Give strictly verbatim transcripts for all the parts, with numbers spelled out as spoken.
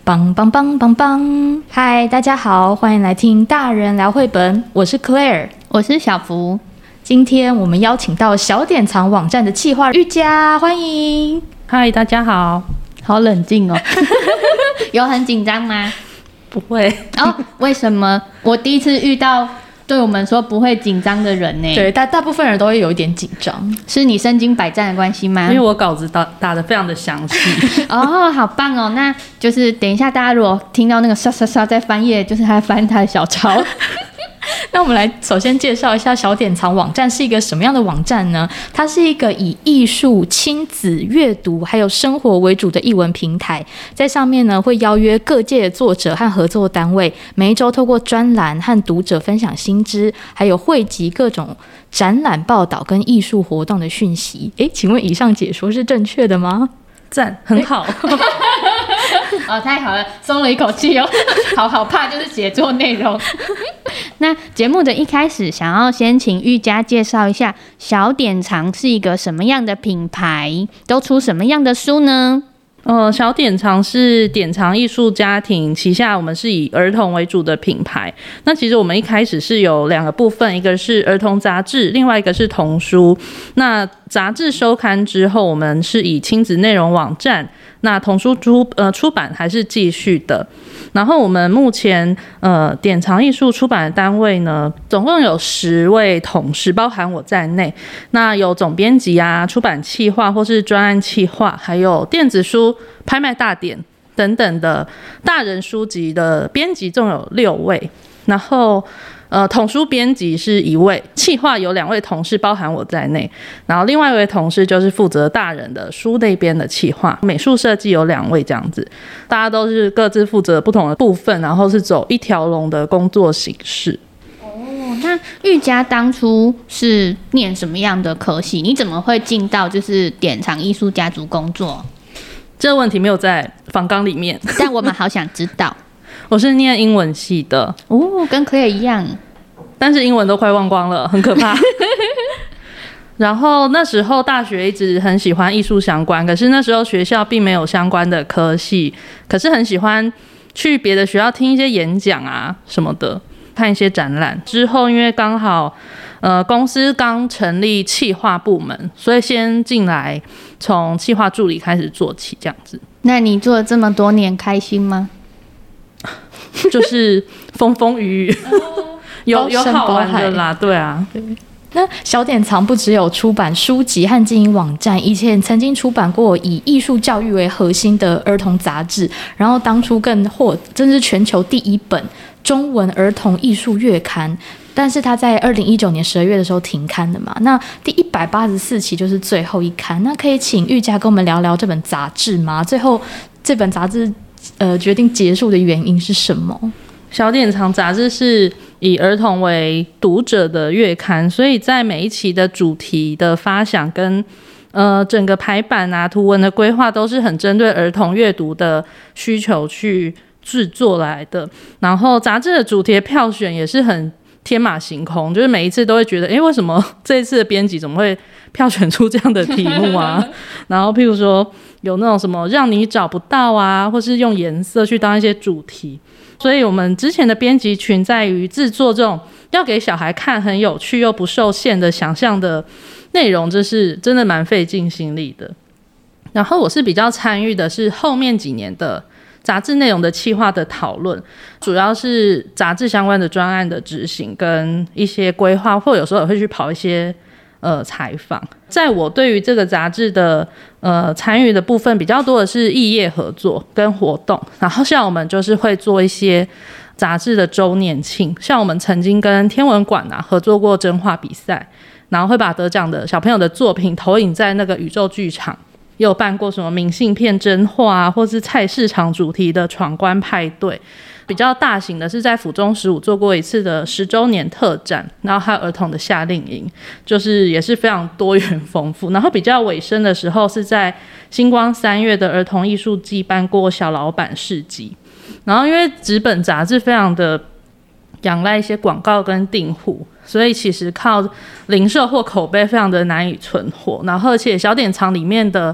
棒棒棒棒棒！嗨，大家好，欢迎来听大人聊绘本，我是 Claire， 我是小福。 今天我们邀请到小典藏网站的企划玉佳，欢迎。 嗨，大家好。 好冷静哦。有很紧张吗？ 不会。 哦，为什么？我第一次遇到对我们说不会紧张的人呢。 对，大大部分人都会有一点紧张。 是你身经百战的关系吗？ 因为我稿子打打得非常的详细。 哦，好棒哦！那就是等一下大家如果听到那个刷刷刷在翻页，就是他在翻他的小抄。 那我们来首先介绍一下小典藏网站是一个什么样的网站呢？它是一个以艺术、亲子、阅读还有生活为主的艺文平台，在上面呢会邀约各界的作者和合作单位，每一周透过专栏和读者分享新知，还有汇集各种展览报道跟艺术活动的讯息。诶，请问以上解说是正确的吗？ 赞，很好。 哦，太好了，松了一口气哦。好好怕就是写作内容。那节目的一开始，想要先请玉佳介绍一下小典藏是一个什么样的品牌，都出什么样的书呢？ 呃，小典藏是典藏艺术家庭旗下，我们是以儿童为主的品牌。那其实我们一开始是有两个部分，一个是儿童杂志，另外一个是童书。那杂志收刊之后，我们是以亲子内容网站。那童书出呃出版还是继续的，然后我们目前呃典藏艺术出版的单位呢，总共有十位同事，包含我在内。那有总编辑啊、出版企划或是专案企划，还有电子书、拍卖大典等等的大人书籍的编辑，共有六位。然后呃，童书编辑是一位，企划有两位同事，包含我在内，然后另外一位同事就是负责大人的书那边的企划，美术设计有两位这样子，大家都是各自负责不同的部分，然后是走一条龙的工作形式。 哦，那玉佳当初是念什么样的科系？你怎么会进到就是典藏艺术家族工作？ 这个问题没有在访纲里面， 但我们好想知道。 我是念英文系的哦，跟 Claire 一样， 但是英文都快忘光了，很可怕。然后那时候大学一直很喜欢艺术相关，可是那时候学校并没有相关的科系，可是很喜欢去别的学校听一些演讲啊什么的，看一些展览。之后因为刚好呃公司刚成立企划部门，所以先进来从企划助理开始做起这样子。 那你做了这么多年，开心吗？ 就是风风雨雨。有有好玩的啦，对啊。对， 那小典藏不只有出版书籍和经营网站，以前曾经出版过以艺术教育为核心的儿童杂志，然后当初更获真是全球第一本中文儿童艺术月刊。但是它在二零一九年十二月的时候停刊的嘛，那第一百八十四期就是最后一刊。那可以请玉佳跟我们聊聊这本杂志吗？最后这本杂志呃决定结束的原因是什么？ 小典藏杂志是以儿童为读者的月刊，所以在每一期的主题的发想跟呃整个排版啊、图文的规划都是很针对儿童阅读的需求去制作来的。然后杂志的主题的票选也是很天马行空，就是每一次都会觉得，哎，为什么这一次的编辑怎么会票选出这样的题目啊？然后譬如说有那种什么让你找不到啊，或是用颜色去当一些主题。所以我们之前的编辑群在于制作这种要给小孩看很有趣又不受限的想象的内容，这是真的蛮费尽心力的。然后我是比较参与的是后面几年的杂志内容的企划的讨论，主要是杂志相关的专案的执行跟一些规划，或有时候也会去跑一些呃采访。在我对于这个杂志的呃参与的部分比较多的是异业合作跟活动，然后像我们就是会做一些杂志的周年庆，像我们曾经跟天文馆啊合作过真画比赛，然后会把得奖的小朋友的作品投影在那个宇宙剧场，也有办过什么明信片真画啊，或是菜市场主题的闯关派对。比较大型的是在府中十五做过一次的十周年特展，然后还有儿童的夏令营，就是也是非常多元丰富。然后比较尾声的时候是在星光三月的儿童艺术季办过小老板市集。然后因为纸本杂志非常的仰赖一些广告跟订户，所以其实靠零售或口碑非常的难以存活。然后而且小典藏里面的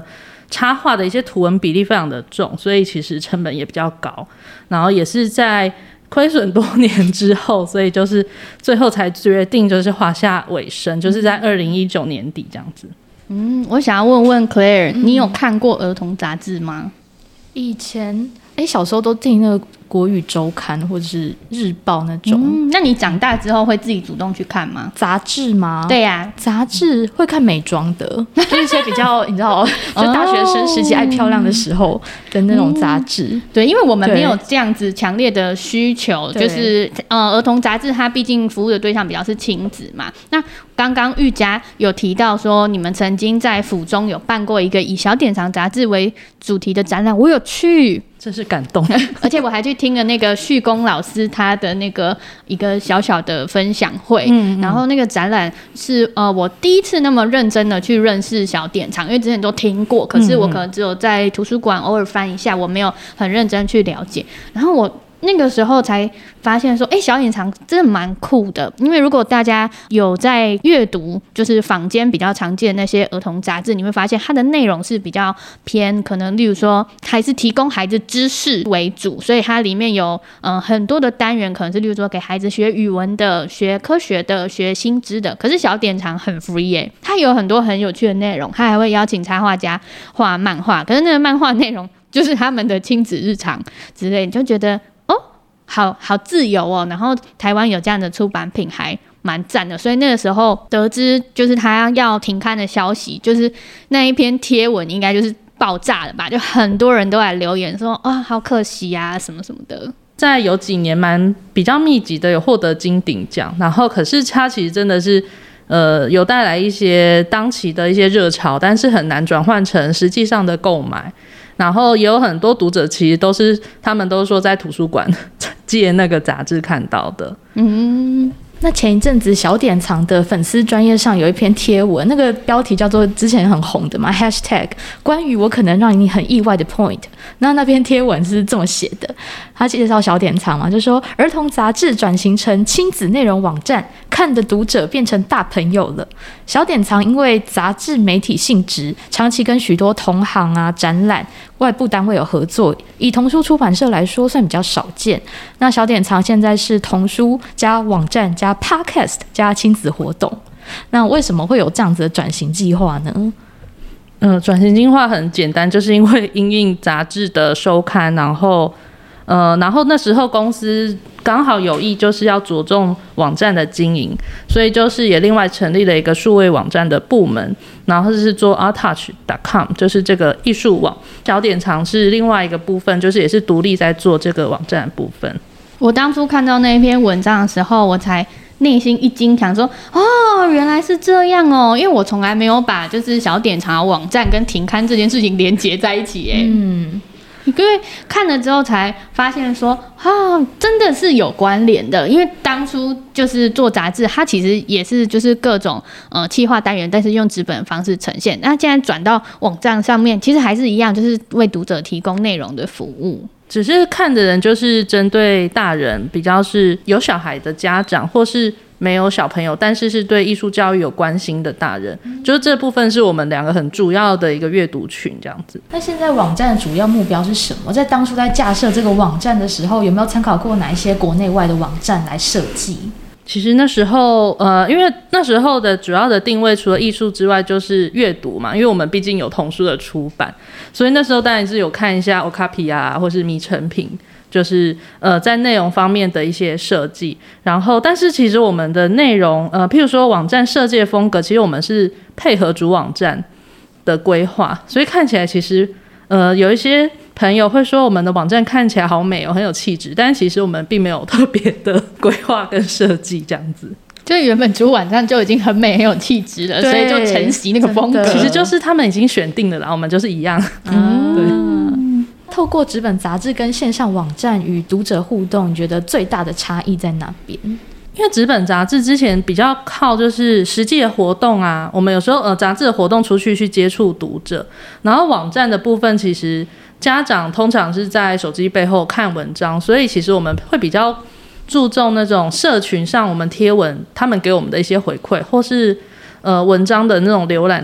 插画的一些图文比例非常的重，所以其实成本也比较高，然后也是在亏损多年之后，所以就是最后才决定就是画下尾声，就是在二零一九年底这样子。 嗯，我想要问问 Claire，、嗯、你有看过儿童杂志吗？ 以前哎，小时候都订那个国语周刊或者是日报那种、 嗯、那你长大之后会自己主动去看吗？ 杂志吗？ 对呀、啊， 杂志会看美妆的，就是一些比较你知道就大学生时期爱漂亮的时候的那种杂志、嗯、 对，因为我们没有这样子强烈的需求，就是呃，儿童杂志它毕竟服务的对象比较是亲子嘛。那刚刚玉佳有提到说你们曾经在府中有办过一个以小典藏杂志为主题的展览，我有去， 真是感动而且我还去听了那个旭公老师他的那个一个小小的分享会、嗯嗯、然后那个展览是呃我第一次那么认真的去认识小典藏，因为之前都听过，可是我可能只有在图书馆偶尔翻一下，我没有很认真去了解，然后我那个时候才发现说，哎、欸，小典藏真的蛮酷的。因为如果大家有在阅读，就是坊间比较常见的那些儿童杂志，你会发现它的内容是比较偏，可能例如说还是提供孩子知识为主，所以它里面有嗯、呃、很多的单元，可能是例如说给孩子学语文的、学科学的、学新知的。可是小典藏很 free 耶、欸，它有很多很有趣的内容，它还会邀请插画家画漫画，可是那个漫画内容就是他们的亲子日常之类，你就觉得。好好自由哦，然后台湾有这样的出版品还蛮赞的，所以那个时候得知就是他要停刊的消息，就是那一篇贴文应该就是爆炸了吧，就很多人都来留言说啊好可惜啊什么什么的。 在有几年蛮比较密集的有获得金鼎奖，然后可是他其实真的是呃有带来一些当期的一些热潮，但是很难转换成实际上的购买。然后也有很多读者其实都是他们都说在图书馆借那个杂志看到的。嗯， 那前一阵子小典藏的粉丝专页上有一篇贴文，那个标题叫做之前很红的嘛 hashtag 关于我可能让你很意外的 point。 那那篇贴文是这么写的，他介绍小典藏嘛，就说儿童杂志转型成亲子内容网站，看的读者变成大朋友了。小典藏因为杂志媒体性质，长期跟许多同行啊、展览、外部单位有合作，以童书出版社来说算比较少见。那小典藏现在是童书加网站加 podcast 加亲子活动，那为什么会有这样子的转型计划呢？ 嗯，转型计划很简单，就是因为因应杂志的收刊，然后呃，然后那时候公司刚好有意就是要着重网站的经营，所以就是也另外成立了一个数位网站的部门，然后是做 arttouch 点 com， 就是这个艺术网。小典藏是另外一个部分，就是也是独立在做这个网站的部分。 我当初看到那一篇文章的时候，我才内心一惊，想说哦，原来是这样哦，因为我从来没有把就是小典藏网站跟停刊这件事情连结在一起耶。嗯，因为看了之后才发现说啊，真的是有关联的。因为当初就是做杂志，它其实也是就是各种呃企划单元，但是用纸本的方式呈现。那现在转到网站上面，其实还是一样，就是为读者提供内容的服务。 只是看的人就是针对大人，比较是有小孩的家长，或是没有小朋友但是是对艺术教育有关心的大人，嗯、就是这部分是我们两个很主要的一个阅读群这样子。 那现在网站的主要目标是什么？在当初在架设这个网站的时候，有没有参考过哪一些国内外的网站来设计？ 其实那时候呃，因为那时候的主要的定位除了艺术之外就是阅读嘛，因为我们毕竟有童书的出版，所以那时候当然是有看一下 Okapi 啊或是迷成品，就是呃在内容方面的一些设计。然后但是其实我们的内容呃譬如说网站设计的风格，其实我们是配合主网站的规划，所以看起来其实呃有一些朋友会说我们的网站看起来好美哦，很有气质，但其实我们并没有特别的规划跟设计这样子。 就原本主网站就已经很美很有气质了，所以就承袭那个风格。 其实就是他们已经选定了啦，我们就是一样。嗯， 对。透过纸本杂志跟线上网站与读者互动，你觉得最大的差异在哪边？ 因为纸本杂志之前比较靠就是实际的活动啊，我们有时候呃杂志的活动出去去接触读者，然后网站的部分其实家长通常是在手机背后看文章，所以其实我们会比较注重那种社群上我们贴文他们给我们的一些回馈，或是呃文章的那种浏览量，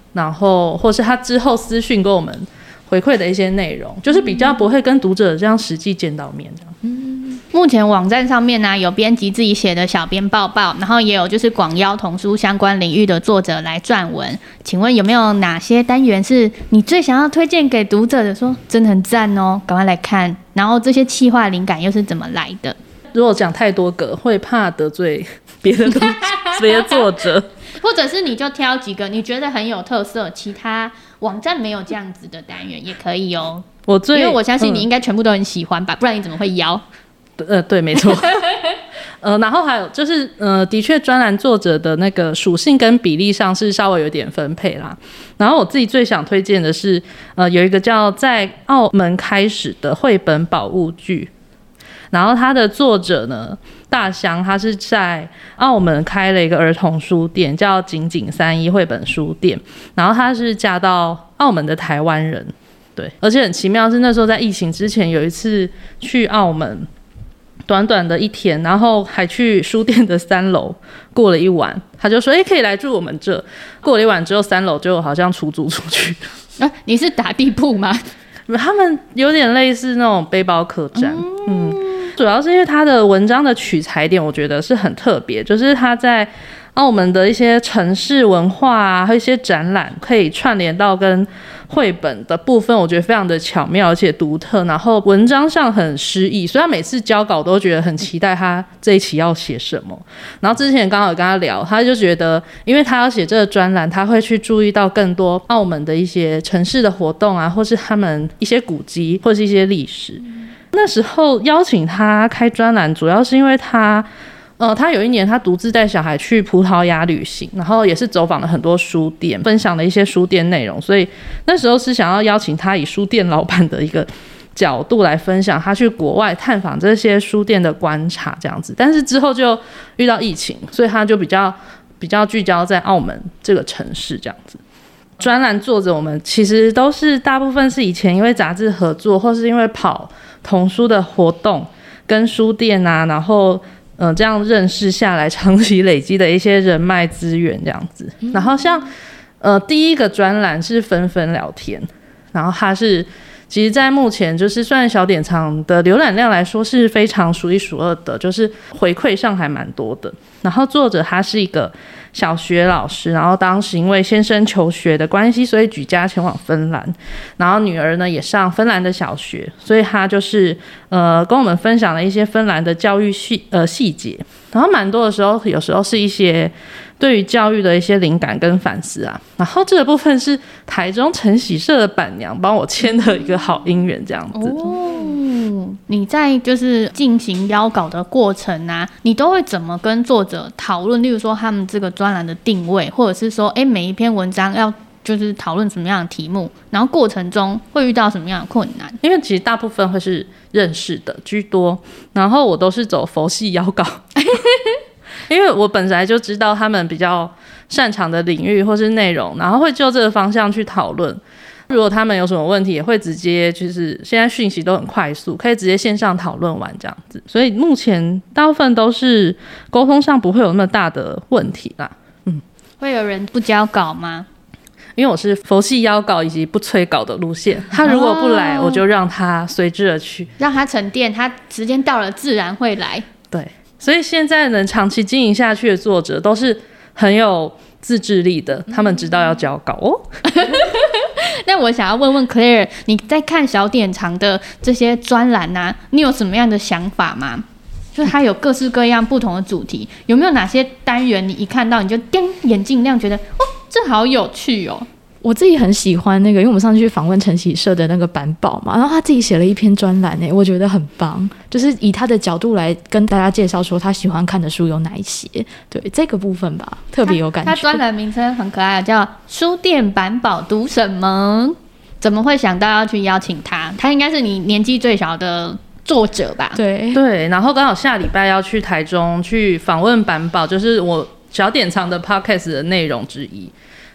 然后或是他之后私讯跟我们回馈的一些内容，就是比较不会跟读者这样实际见到面这样。 嗯，目前网站上面呢、啊、有编辑自己写的小编报报，然后也有就是广邀童书相关领域的作者来撰文。请问有没有哪些单元是你最想要推荐给读者的？说真的很赞哦，赶快来看。然后这些企划灵感又是怎么来的？ 如果讲太多个，会怕得罪别的读别的作者， 或者是你就挑几个你觉得很有特色，其他网站没有这样子的单元也可以哦。 我最因为我相信你应该全部都很喜欢吧，嗯、不然你怎么会邀？ 呃，对，没错。呃，然后还有就是，呃，的确专栏作者的那个属性跟比例上是稍微有点分配啦。然后我自己最想推荐的是，呃，有一个叫在澳门开始的绘本宝物剧。然后他的作者呢，大香，他是在澳门开了一个儿童书店，叫景景三一绘本书店。然后他是嫁到澳门的台湾人，对，而且很奇妙是那时候在疫情之前有一次去澳门，短短的一天，然后还去书店的三楼过了一晚，他就说：“哎、欸，可以来住我们这。”过了一晚之后，三楼就好像出租出去了。 啊，你是打地铺吗？ 他们有点类似那种背包客栈，嗯。嗯主要是因为他的文章的取材点，我觉得是很特别，就是他在澳门的一些城市文化啊，和一些展览，可以串联到跟绘本的部分，我觉得非常的巧妙而且独特。然后文章上很诗意，所以他每次交稿都觉得很期待他这一期要写什么。然后之前刚好有跟他聊，他就觉得，因为他要写这个专栏，他会去注意到更多澳门的一些城市的活动啊，或是他们一些古迹，或是一些历史。那时候邀请他开专栏，主要是因为他，呃，他有一年他独自带小孩去葡萄牙旅行，然后也是走访了很多书店，分享了一些书店内容，所以那时候是想要邀请他以书店老板的一个角度来分享他去国外探访这些书店的观察这样子。但是之后就遇到疫情，所以他就比较比较聚焦在澳门这个城市这样子。专栏作者我们其实都是大部分是以前因为杂志合作，或是因为跑童书的活动跟书店啊，然后呃这样认识下来，长期累积的一些人脉资源这样子。然后像呃第一个专栏是纷纷聊天，然后它是其实在目前就是算小典藏的浏览量来说是非常数一数二的，就是回馈上还蛮多的。然后作者他是一个小学老师，然后当时因为先生求学的关系，所以举家前往芬兰，然后女儿呢也上芬兰的小学，所以他就是呃跟我们分享了一些芬兰的教育细呃细节，然后蛮多的时候有时候是一些对于教育的一些灵感跟反思啊。然后这个部分是台中晨喜社的板娘帮我签的一个好姻缘这样子。 哦，你在就是进行邀稿的过程啊，你都会怎么跟作者讨论？例如说他们这个专栏的定位，或者是说，哎，每一篇文章要就是讨论什么样的题目，然后过程中会遇到什么样的困难？ 因为其实大部分会是认识的居多，然后我都是走佛系邀稿。因为我本来就知道他们比较擅长的领域或是内容，然后会就这个方向去讨论。如果他们有什么问题，也会直接就是现在讯息都很快速，可以直接线上讨论完这样子。所以目前大部分都是沟通上不会有那么大的问题啦。嗯， 会有人不交稿吗？ 因为我是佛系邀稿以及不催稿的路线，他如果不来，哦、我就让他随之而去， 让他沉淀，他时间到了自然会来。 对。所以现在能长期经营下去的作者都是很有自制力的，他们知道要交稿哦。 那我想要问问 Claire， 你在看小典藏的这些专栏啊，你有什么样的想法吗？就是它有各式各样不同的主题，有没有哪些单元你一看到你就叮眼睛亮，觉得哦这好有趣哦？ 我自己很喜欢那个，因为我们上次去访问晨喜社的那个板宝嘛，然后他自己写了一篇专栏诶，我觉得很棒，就是以他的角度来跟大家介绍说他喜欢看的书有哪一些，对这个部分吧，特别有感觉。 他专栏名称很可爱，叫书店板宝读什么？怎么会想到要去邀请他？他应该是你年纪最小的作者吧？ 对对，然后刚好下礼拜要去台中去访问板宝，就是我小典藏的 podcast 的内容之一。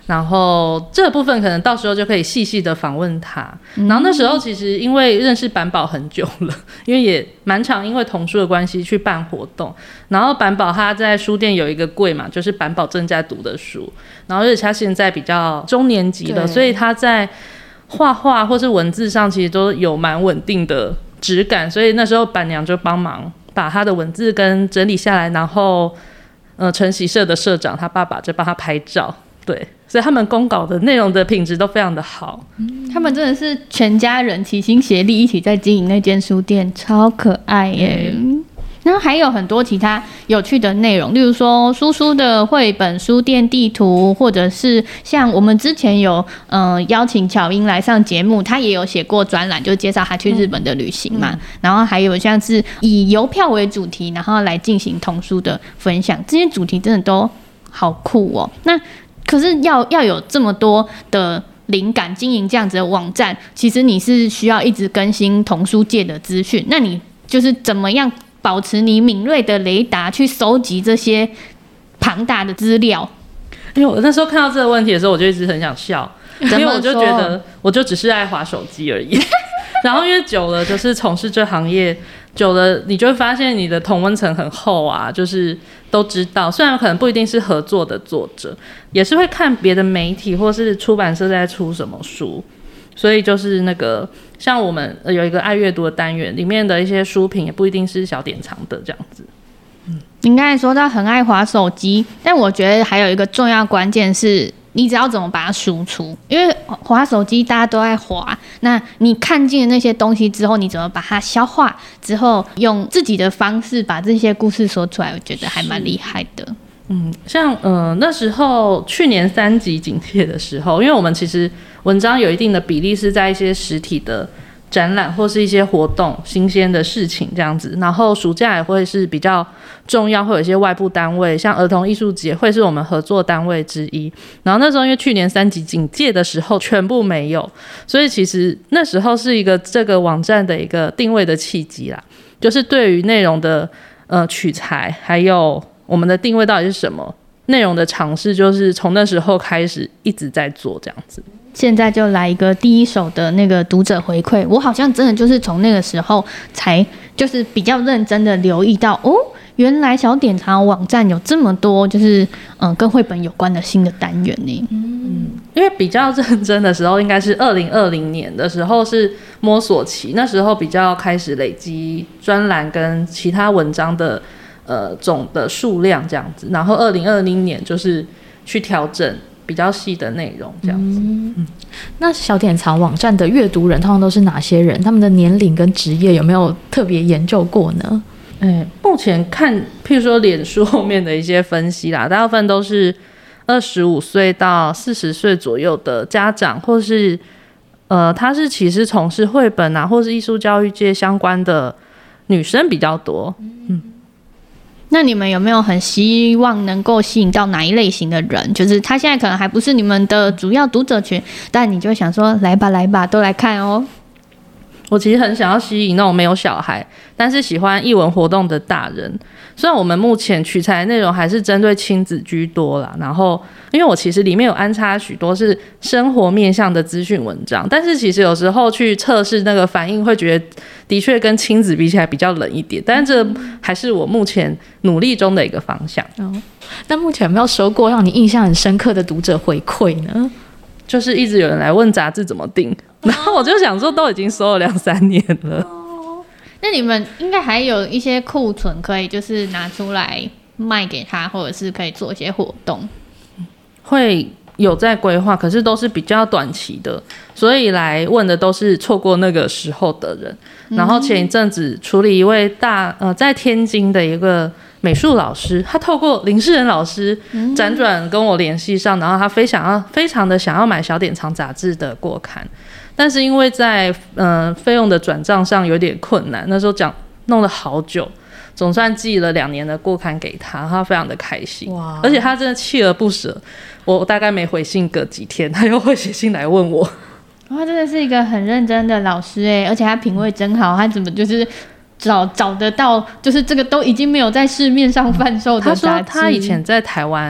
然后这部分可能到时候就可以细细的访问他、嗯、然后那时候其实因为认识板宝很久了，因为也蛮常因为童书的关系去办活动，然后板宝他在书店有一个柜嘛，就是板宝正在读的书，然后而且他现在比较中年级了，所以他在画画或是文字上其实都有蛮稳定的质感，所以那时候板娘就帮忙把他的文字跟整理下来，然后呃晨习社的社长他爸爸就帮他拍照，对，所以他们公稿的内容的品质都非常的好、 嗯、他们真的是全家人齐心协力一起在经营那间书店，超可爱耶、嗯、然后还有很多其他有趣的内容，例如说书书的绘本、书店地图，或者是像我们之前有、呃、邀请巧英来上节目，他也有写过专栏，就介绍他去日本的旅行嘛、嗯嗯、然后还有像是以邮票为主题，然后来进行童书的分享，这些主题真的都好酷哦。那可是要要有这么多的灵感经营这样子的网站，其实你是需要一直更新童书界的资讯，那你就是怎么样保持你敏锐的雷达去收集这些庞大的资料？ 因为我那时候看到这个问题的时候，我就一直很想笑，因为我就觉得我就只是爱滑手机而已然后因为久了就是从事这行业久了，你就会发现你的同温层很厚啊，就是都知道，虽然可能不一定是合作的作者，也是会看别的媒体或是出版社在出什么书，所以就是那个像我们有一个爱阅读的单元，里面的一些书评也不一定是小典藏的这样子。 嗯，你刚才说到很爱滑手机，但我觉得还有一个重要关键是你只要怎么把它输出，因为滑手机大家都在滑，那你看进那些东西之后，你怎么把它消化之后，用自己的方式把这些故事说出来，我觉得还蛮厉害的。 嗯，像呃那时候去年三级警戒的时候，因为我们其实文章有一定的比例是在一些实体的展览或是一些活动、新鲜的事情这样子，然后暑假也会是比较重要，会有一些外部单位，像儿童艺术节会是我们合作单位之一。然后那时候因为去年三级警戒的时候全部没有，所以其实那时候是一个这个网站的一个定位的契机啦，就是对于内容的呃取材，还有我们的定位到底是什么，内容的尝试，就是从那时候开始一直在做这样子。 现在就来一个第一手的那个读者回馈，我好像真的就是从那个时候才就是比较认真的留意到，哦，原来小典藏网站有这么多就是嗯跟绘本有关的新的单元呢。 嗯，因为比较认真的时候应该是二零二零年的时候是摸索期，那时候比较开始累积专栏跟其他文章的呃总的数量这样子，然后二零二零年就是去调整比较细的内容这样子。嗯嗯， 那小典藏网站的阅读人通常都是哪些人？他们的年龄跟职业有没有特别研究过呢？ 欸、目前看譬如说脸书后面的一些分析啦，大部分都是二十五岁到四十岁左右的家长，或是呃他是其实从事绘本啊或是艺术教育界相关的女生比较多。嗯， 那你们有没有很希望能够吸引到哪一类型的人？就是他现在可能还不是你们的主要读者群，但你就会想说来吧来吧都来看哦。 我其实很想要吸引那种没有小孩但是喜欢艺文活动的大人，虽然我们目前取材的内容还是针对亲子居多啦，然后因为我其实里面有安插许多是生活面向的资讯文章，但是其实有时候去测试那个反应会觉得的确跟亲子比起来比较冷一点，但是这还是我目前努力中的一个方向。 哦，那目前有没有收过让你印象很深刻的读者回馈呢？ 就是一直有人来问杂志怎么订，然后我就想说都已经收了两三年了。 哦，那你们应该还有一些库存可以就是拿出来卖给他，或者是可以做一些活动。 会有在规划，可是都是比较短期的，所以来问的都是错过那个时候的人。嗯、然后前一阵子处理一位大呃在天津的一个美术老师，他透过林世仁老师辗转跟我联系上，然后他非常要非常的想要买小典藏杂志的过刊，但是因为在呃费用的转账上有点困难，那时候讲弄了好久，总算寄了两年的过刊给他，他非常的开心，而且他真的锲而不舍。我大概没回信隔几天，他又会写信来问我。 他真的是一个很认真的老师哎，而且他品味真好，他怎么就是找找得到，就是这个都已经没有在市面上贩售的杂志。 他说他以前在台湾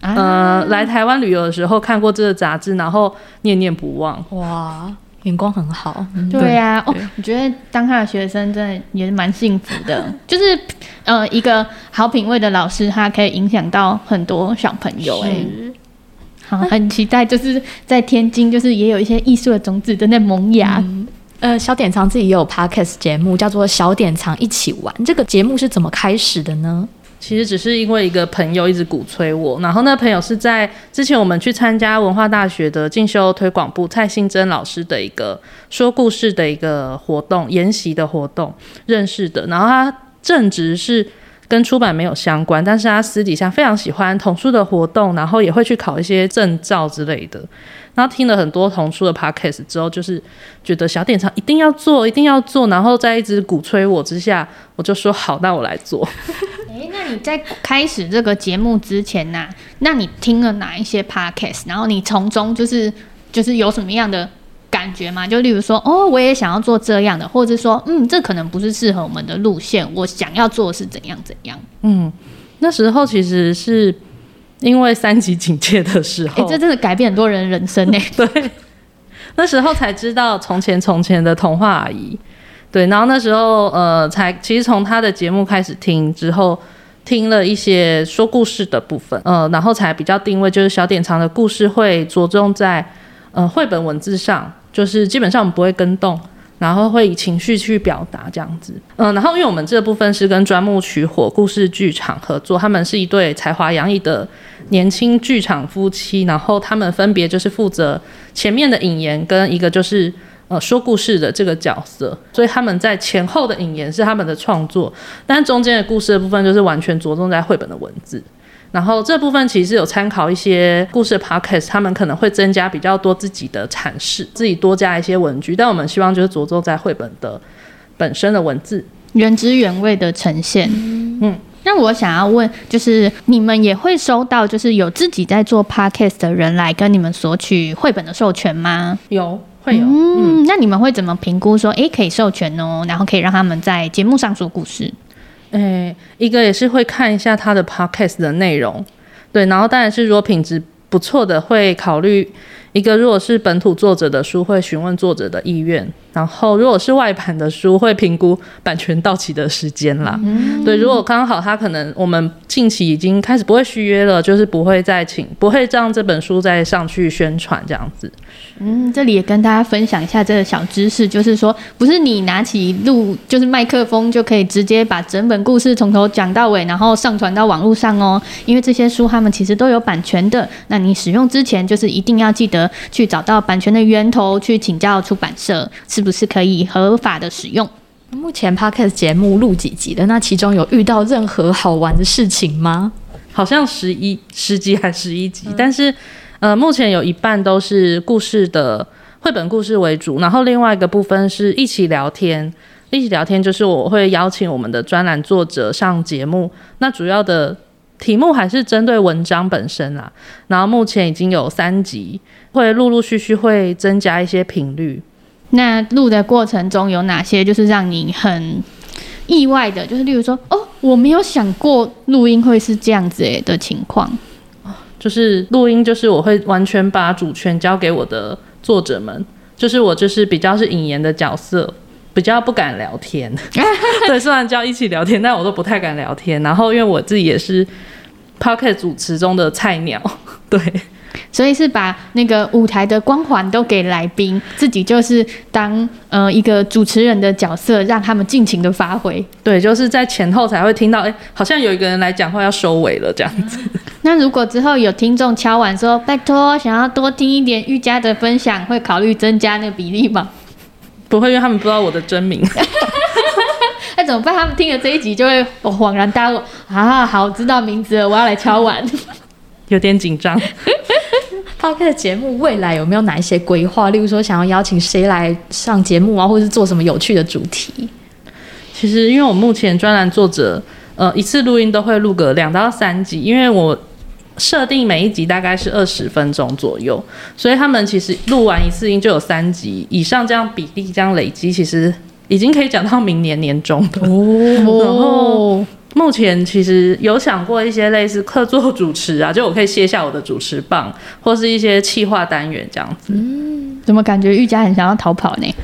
啊、呃来台湾旅游的时候看过这个杂志，然后念念不忘。 哇，眼光很好。 嗯、对啊，哦，我觉得当他的学生真的也蛮幸福的，就是呃一个好品味的老师，他可以影响到很多小朋友哎、欸。好，很期待，就是在天津，就是也有一些艺术的种子正在萌芽。 嗯呃，小典藏自己也有 podcast 节目，叫做《小典藏一起玩》。这个节目是怎么开始的呢？ 其实只是因为一个朋友一直鼓吹我，然后那朋友是在之前我们去参加文化大学的进修推广部蔡信珍老师的一个说故事的一个活动研习的活动认识的，然后他正职是跟出版没有相关，但是他私底下非常喜欢童书的活动，然后也会去考一些证照之类的。然后听了很多童书的 podcast 之后，就是觉得小典藏一定要做，一定要做，然后在一直鼓吹我之下，我就说好，那我来做。 欸、那你在开始这个节目之前呐、啊，那你听了哪一些 podcast？ 然后你从中就是就是有什么样的感觉吗？就例如说，哦，我也想要做这样的，或者说，嗯，这可能不是适合我们的路线，我想要做的是怎样怎样。 嗯，那时候其实是因为三级警戒的时候， 哎、欸，这真的改变很多人的人生呢。 对，那时候才知道从前从前的童话阿姨。对，然后那时候呃，才其实从他的节目开始听之后，听了一些说故事的部分，呃，然后才比较定位，就是小典藏的故事会着重在呃绘本文字上，就是基本上我们不会跟动，然后会以情绪去表达这样子。嗯、呃，然后因为我们这部分是跟专木取火故事剧场合作，他们是一对才华洋溢的年轻剧场夫妻，然后他们分别就是负责前面的引言跟一个就是呃说故事的这个角色，所以他们在前后的引言是他们的创作，但中间的故事的部分就是完全着重在绘本的文字。然后这部分其实有参考一些故事的 podcast， 他们可能会增加比较多自己的阐释，自己多加一些文句，但我们希望就是着重在绘本的本身的文字， 原汁原味的呈现。嗯，那我想要问，就是你们也会收到就是有自己在做 podcast 的人来跟你们索取绘本的授权吗？ 有，会有。 嗯，嗯那你们会怎么评估说，哎，可以授权哦，然后可以让他们在节目上说故事？ 诶，一个也是会看一下他的 podcast 的内容，对，然后当然是如果品质不错的，会考虑一个如果是本土作者的书，会询问作者的意愿，然后如果是外版的书，会评估版权到期的时间啦。嗯、对，如果刚好他可能我们近期已经开始不会续约了，就是不会再请，不会让这本书再上去宣传这样子。 嗯，这里也跟大家分享一下这个小知识，就是说，不是你拿起录就是麦克风就可以直接把整本故事从头讲到尾，然后上传到网络上哦。因为这些书他们其实都有版权的，那你使用之前就是一定要记得去找到版权的源头，去请教出版社是不是可以合法的使用。 目前 Podcast 节目录几集的？那其中有遇到任何好玩的事情吗？ 好像十一十集还十一集，嗯、但是。呃，目前有一半都是故事的绘本故事为主，然后另外一个部分是一起聊天。一起聊天就是我会邀请我们的专栏作者上节目，那主要的题目还是针对文章本身啦。然后目前已经有三集，会陆陆续续会增加一些频率。 那录的过程中有哪些就是让你很意外的，就是例如说，哦，我没有想过录音会是这样子诶的情况。 就是录音，就是我会完全把主权交给我的作者们，就是我就是比较是引言的角色，比较不敢聊天。对，虽然叫一起聊天，但我都不太敢聊天。然后因为我自己也是 Podcast 主持中的菜鸟，对， 所以是把那个舞台的光环都给来宾，自己就是当呃一个主持人的角色，让他们尽情的发挥。 对，就是在前后才会听到，哎，好像有一个人来讲话要收尾了这样子。 那如果之后有听众敲碗说，拜托想要多听一点玉佳的分享，会考虑增加那个比例吗？ 不会，因为他们不知道我的真名。 那怎么办？他们听了这一集就会恍然大悟啊，好，知道名字了，我要来敲碗。 有点紧张。 Podcast 节目未来有没有哪一些规划？例如说想要邀请谁来上节目啊，或是做什么有趣的主题？ 其实因为我目前专栏作者，呃，一次录音都会录个两到三集，因为我设定每一集大概是二十分钟左右，所以他们其实录完一次音就有三集以上，这样比例这样累积，其实已经可以讲到明年年中的。哦，然后目前其实有想过一些类似客座主持啊，就我可以卸下我的主持棒，或是一些企划单元这样子。 嗯，怎么感觉玉佳很想要逃跑呢？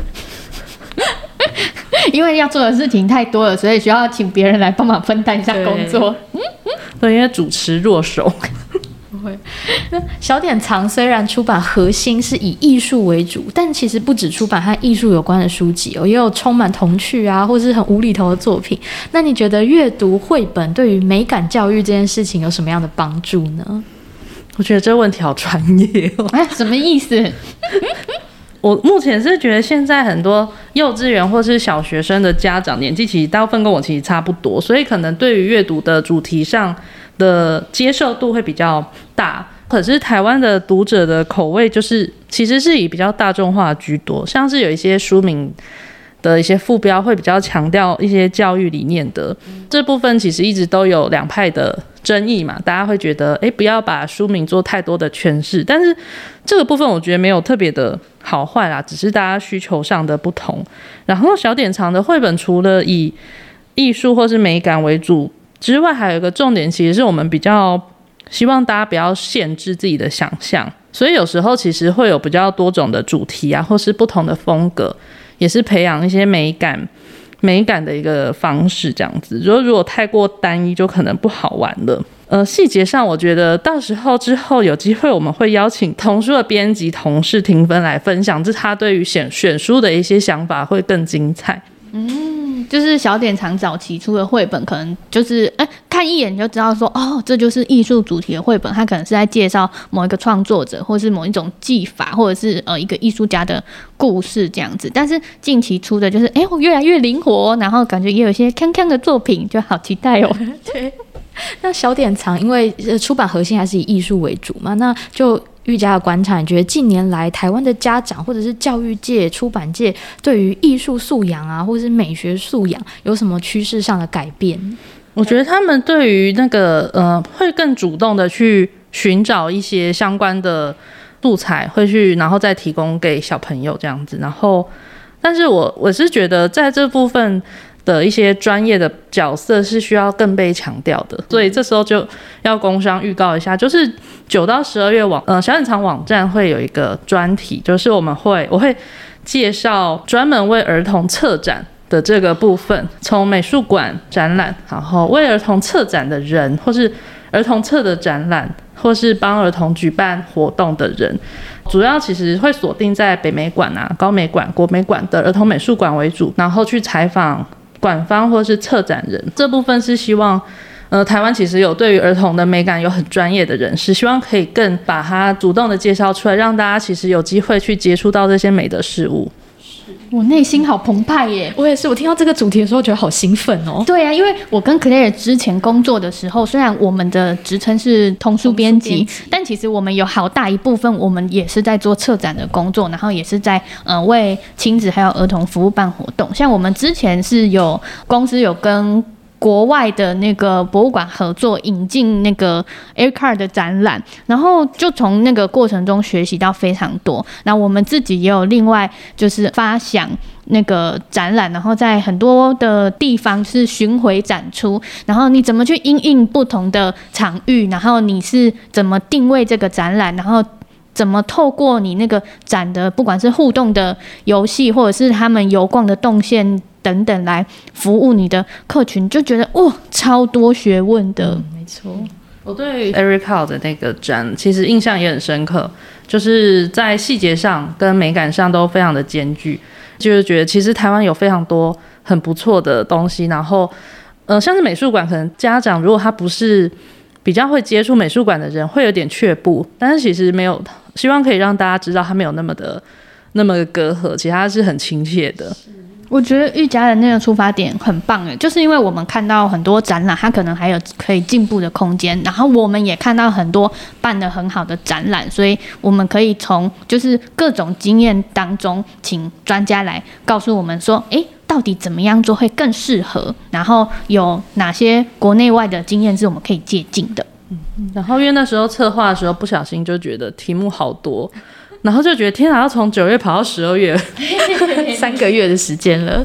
因为要做的事情太多了，所以需要请别人来帮忙分担一下工作。 对，因为主持弱手。 不会。那小典藏虽然出版核心是以艺术为主，但其实不只出版和艺术有关的书籍哦，也有充满童趣啊，或是很无厘头的作品。那你觉得阅读绘本对于美感教育这件事情有什么样的帮助呢？ 我觉得这问题好专业哦。 哎，什么意思？ 我目前是觉得现在很多幼稚园或是小学生的家长年纪其实大部分跟我其实差不多，所以可能对于阅读的主题上的接受度会比较大。可是台湾的读者的口味就是其实是以比较大众化居多，像是有一些书名的一些副标会比较强调一些教育理念的，这部分其实一直都有两派的争议嘛，大家会觉得哎，不要把书名做太多的诠释，但是这个部分我觉得没有特别的好坏啦，只是大家需求上的不同。然后小典藏的绘本除了以艺术或是美感为主之外，还有一个重点其实是我们比较希望大家不要限制自己的想象，所以有时候其实会有比较多种的主题啊，或是不同的风格，也是培养一些美感美感的一个方式这样子。如果如果太过单一就可能不好玩了。呃，细节上我觉得到时候之后有机会我们会邀请童书的编辑同事庭芬来分享，这他对于选选书的一些想法会更精彩。 嗯，就是小典藏早期出的绘本，可能就是哎、欸、看一眼就知道说，哦，这就是艺术主题的绘本，它可能是在介绍某一个创作者，或是某一种技法，或者是呃一个艺术家的故事这样子。但是近期出的就是哎、欸、越来越灵活，然后感觉也有一些锵锵的作品，就好期待哦。 对。那小典藏因为出版核心还是以艺术为主嘛，那就玉佳的观察，你觉得近年来台湾的家长或者是教育界、出版界对于艺术素养啊，或者是美学素养有什么趋势上的改变？ 我觉得他们对于那个呃，会更主动的去寻找一些相关的素材，会去然后再提供给小朋友这样子。然后，但是我我是觉得在这部分的一些专业的角色是需要更被强调的，所以这时候就要工商预告一下，就是九到十二月网呃小典藏网站会有一个专题，就是我们会我会介绍专门为儿童策展的这个部分，从美术馆展览，然后为儿童策展的人，或是儿童策的展览，或是帮儿童举办活动的人，主要其实会锁定在北美馆啊、高美馆、国美馆的儿童美术馆为主，然后去采访馆方或是策展人。这部分是希望呃，台湾其实有对于儿童的美感有很专业的人士，希望可以更把它主动的介绍出来，让大家其实有机会去接触到这些美的事物。 我内心好澎湃耶！ 我也是，我听到这个主题的时候觉得好兴奋哦。 对啊，因为我跟 Claire 之前工作的时候，虽然我们的职称是童书编辑，但其实我们有好大一部分我们也是在做策展的工作，然后也是在呃为亲子还有儿童服务办活动。像我们之前是有公司有跟国外的那个博物馆合作引进那个 Air Card 的展览，然后就从那个过程中学习到非常多。那我们自己也有另外就是发想那个展览，然后在很多的地方是巡回展出，然后你怎么去因应不同的场域，然后你是怎么定位这个展览，然后怎么透过你那个展的不管是互动的游戏，或者是他们游逛的动线等等来服务你的客群，就觉得哇，超多学问的。 嗯、没错。 我对 Eric 的那个展其实印象也很深刻，就是在细节上跟美感上都非常的兼具，就是觉得其实台湾有非常多很不错的东西。然后呃，像是美术馆，可能家长如果他不是比较会接触美术馆的人，会有点却步，但是其实没有，希望可以让大家知道他没有那么的那么的隔阂，其实他是很亲切的。 我觉得玉佳的那个出发点很棒耶，就是因为我们看到很多展览，它可能还有可以进步的空间，然后我们也看到很多办得很好的展览，所以我们可以从就是各种经验当中，请专家来告诉我们说，哎，到底怎么样做会更适合，然后有哪些国内外的经验是我们可以借鉴的。 嗯，然后因为那时候策划的时候，不小心就觉得题目好多。然后就觉得天啊，要从九月跑到十二月， 三个月的时间了。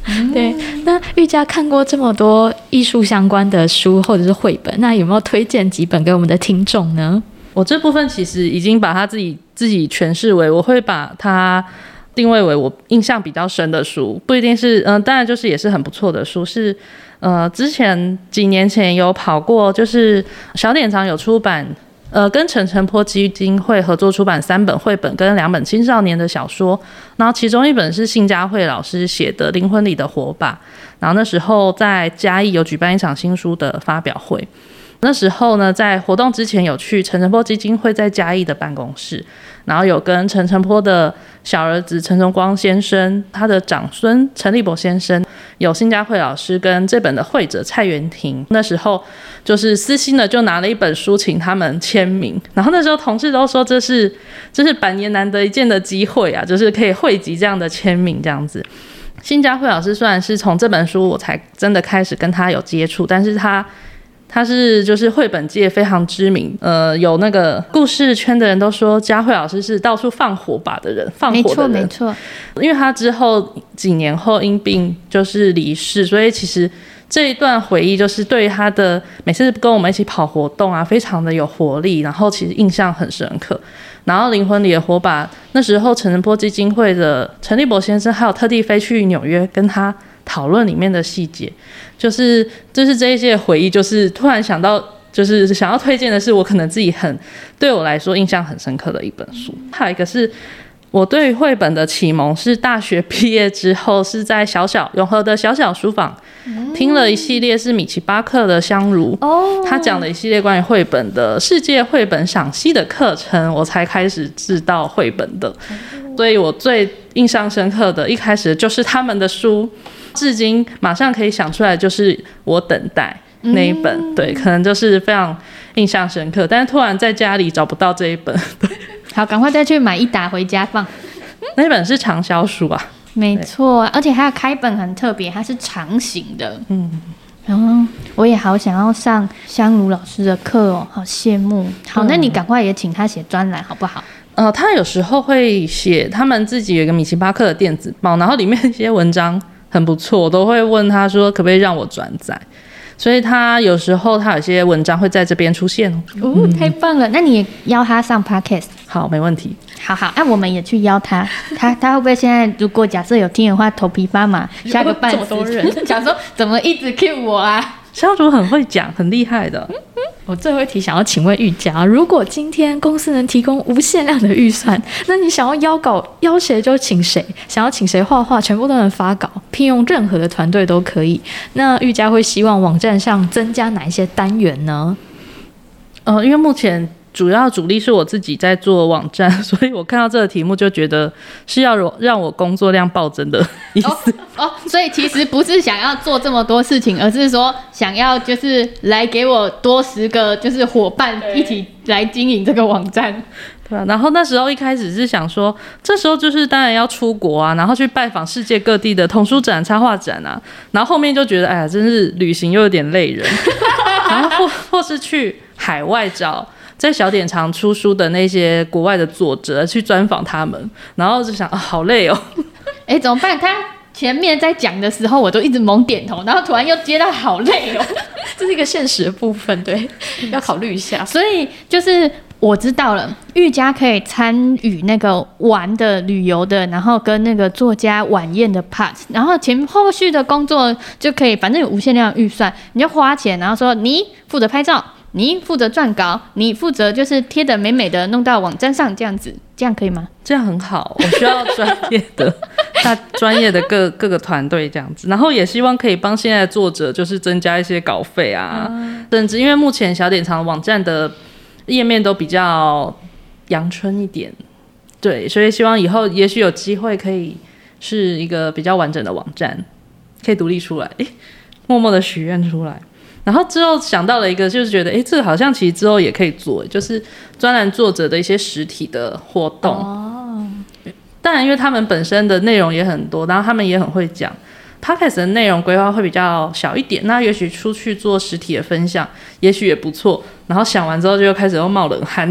嗯、对。那玉佳看过这么多艺术相关的书或者是绘本，那有没有推荐几本给我们的听众呢？ 我这部分其实已经把它自己自己诠释为，我会把它定位为我印象比较深的书，不一定是嗯、呃，当然就是也是很不错的书，是呃之前几年前有跑过，就是小典藏有出版。呃，跟陈澄波基金会合作出版三本绘本跟两本青少年的小说，然后其中一本是信佳慧老师写的《灵魂里的火把》，然后那时候在嘉义有举办一场新书的发表会，那时候呢，在活动之前有去陈澄波基金会在嘉义的办公室，然后有跟陈澄波的小儿子陈崇光先生，他的长孙陈立博先生，有信佳慧老师跟这本的绘者蔡元婷，那时候就是私心的就拿了一本书请他们签名，然后那时候同事都说这是这是百年难得一见的机会啊，就是可以汇集这样的签名这样子。信佳慧老师虽然是从这本书我才真的开始跟他有接触，但是他他是就是绘本界非常知名，呃，有那个故事圈的人都说佳慧老师是到处放火把的人，放火的人， 没错没错。 因为他之后几年后因病就是离世，所以其实这一段回忆就是对他的每次跟我们一起跑活动啊，非常的有活力，然后其实印象很深刻。然后灵魂里的火把，那时候陈澄波基金会的陈立博先生还有特地飞去纽约跟他讨论里面的细节，就是就是这一些回忆，就是突然想到，就是想要推荐的是我可能自己很对我来说印象很深刻的一本书。还有一个是我对于绘本的启蒙是大学毕业之后，是在小小永和的小小书坊、嗯、听了一系列是米奇巴克的香如、哦、他讲了一系列关于绘本的世界绘本赏析的课程，我才开始知道绘本的、嗯、所以我最印象深刻的一开始就是他们的书，至今马上可以想出来就是我等待那一本、嗯、对，可能就是非常印象深刻，但是突然在家里找不到这一本好，赶快再去买一打回家放那本是畅销书啊， 没错，而且它的开本很特别，它是长形的。嗯，然后我也好想要上香如老师的课哦，好羡慕。好，那你赶快也请他写专栏好不好？ 呃，他有时候会写他们自己有一个米奇巴克的电子报，然后里面一些文章很不错，我都会问他说可不可以让我转载。所以他有时候他有些文章会在这边出现哦。 哦，太棒了！那你也邀他上 podcast？ 好，没问题。 好好，那、啊、我们也去邀他。他他会不会现在如果假设有听的话，头皮发麻，吓个半死？这么多人，想说怎么一直 cue 我啊？ 香如很会讲，很厉害的。 我最后一题想要请问玉佳，如果今天公司能提供无限量的预算，那你想要邀稿邀谁就请谁，想要请谁画画，全部都能发稿，聘用任何的团队都可以。那玉佳会希望网站上增加哪一些单元呢？ 呃，因为目前主要主力是我自己在做网站，所以我看到这个题目就觉得是要让我工作量暴增的意思。 哦，哦所以其实不是想要做这么多事情，而是说想要就是来给我多十个就是伙伴一起来经营这个网站。 对啊，然后那时候一开始是想说，这时候就是当然要出国啊，然后去拜访世界各地的童书展、插画展啊，然后后面就觉得哎呀，真是旅行又有点累人，然后或或是去海外找在小典藏出书的那些国外的作者去专访他们，然后就想啊，好累哦。 哎，怎么办？他前面在讲的时候，我都一直猛点头，然后突然又接到好累哦， 这是一个现实的部分，对，要考虑一下。 所以就是我知道了，玉佳可以参与那个玩的旅游的，然后跟那个作家晚宴的 part， 然后前后续的工作就可以，反正有无限量的预算，你就花钱，然后说你负责拍照。你负责撰稿，你负责就是贴的美美的弄到网站上，这样子，这样可以吗？ 这样很好，我需要专业的、大专业的各各个团队这样子，然后也希望可以帮现在的作者就是增加一些稿费啊，嗯、甚至因为目前小典藏网站的页面都比较阳春一点，对，所以希望以后也许有机会可以是一个比较完整的网站，可以独立出来，诶，默默的许愿出来。然后之后想到了一个，就是觉得，哎，这个好像其实之后也可以做，就是专栏作者的一些实体的活动。哦。当然，因为他们本身的内容也很多，然后他们也很会讲 ，Podcast 的内容规划会比较小一点。那也许出去做实体的分享，也许也不错。然后想完之后就开始又冒冷汗这样子。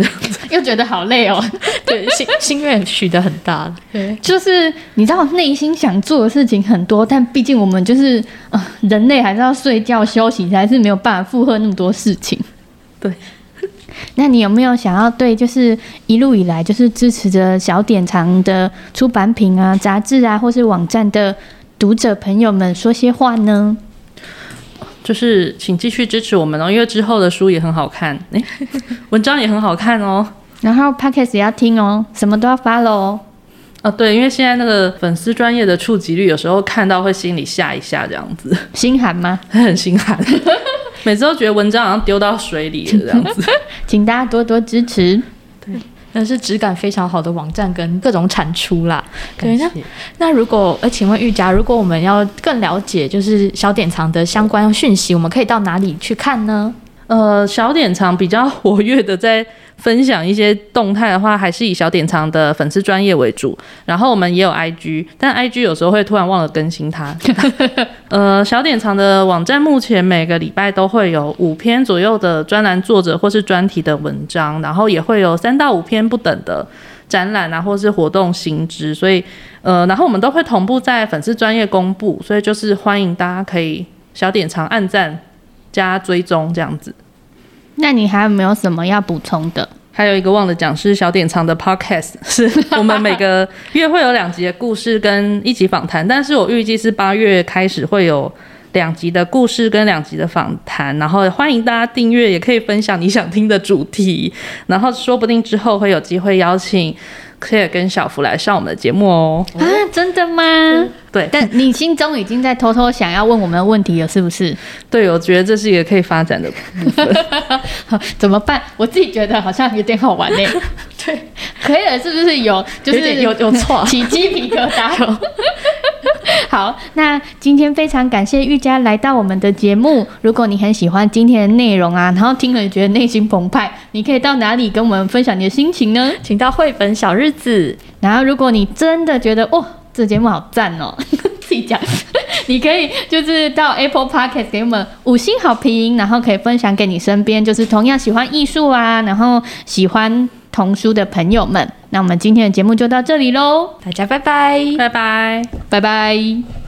又觉得好累哦。 对，心心愿许得很大了。对， 就是你知道内心想做的事情很多，但毕竟我们就是呃人类还是要睡觉休息，还是没有办法负荷那么多事情。 对。 那你有没有想要对就是一路以来就是支持着小典藏的出版品啊、杂志啊，或是网站的读者朋友们说些话呢？ 就是请继续支持我们哦，因为之后的书也很好看，欸、文章也很好看哦。 然后 Podcast 也要听哦，什么都要 follow 哦。 哦，对，因为现在那个粉丝专页的触及率，有时候看到会心里吓一下，这样子。 心寒吗？ 很心寒，每次都觉得文章好像丢到水里了这样子。 请大家多多支持。 对，那是质感非常好的网站跟各种产出啦。对，那那如果呃，请问玉佳，如果我们要更了解就是小典藏的相关讯息，我们可以到哪里去看呢？ 呃，小典藏比较活跃的在分享一些动态的话，还是以小典藏的粉丝专页为主。然后我们也有 I G， 但 I G 有时候会突然忘了更新它。呃，小典藏的网站目前每个礼拜都会有五篇左右的专栏作者或是专题的文章，然后也会有三到五篇不等的展览啊，或是活动新知。所以呃，然后我们都会同步在粉丝专页公布，所以就是欢迎大家可以小典藏按赞加追踪这样子。 那你还有没有什么要补充的？ 还有一个忘了讲，是小典藏的 podcast， 是我们每个月会有两集的故事跟一集访谈，但是我预计是八月开始会有两集的故事跟两集的访谈，然后欢迎大家订阅，也可以分享你想听的主题，然后说不定之后会有机会邀请 Claire 跟小福来上我们的节目哦。 啊，真的吗？ 对， 但你心中已经在偷偷想要问我们的问题了，是不是？ 对，我觉得这是一个可以发展的部分。 怎么办？我自己觉得好像有点好玩呢。对，可以了，是不是有就是有有错起鸡皮疙瘩？好，那今天非常感谢玉佳来到我们的节目。如果你很喜欢今天的内容啊，然后听了觉得内心澎湃，你可以到哪里跟我们分享你的心情呢？ 请到绘本小日子。 然后，如果你真的觉得哦，这节目好赞哦，自己讲，你可以就是到 Apple Podcast 给我们五星好评，然后可以分享给你身边就是同样喜欢艺术啊，然后喜欢童书的朋友们。那我们今天的节目就到这里咯， 大家拜拜， 拜拜， 拜拜。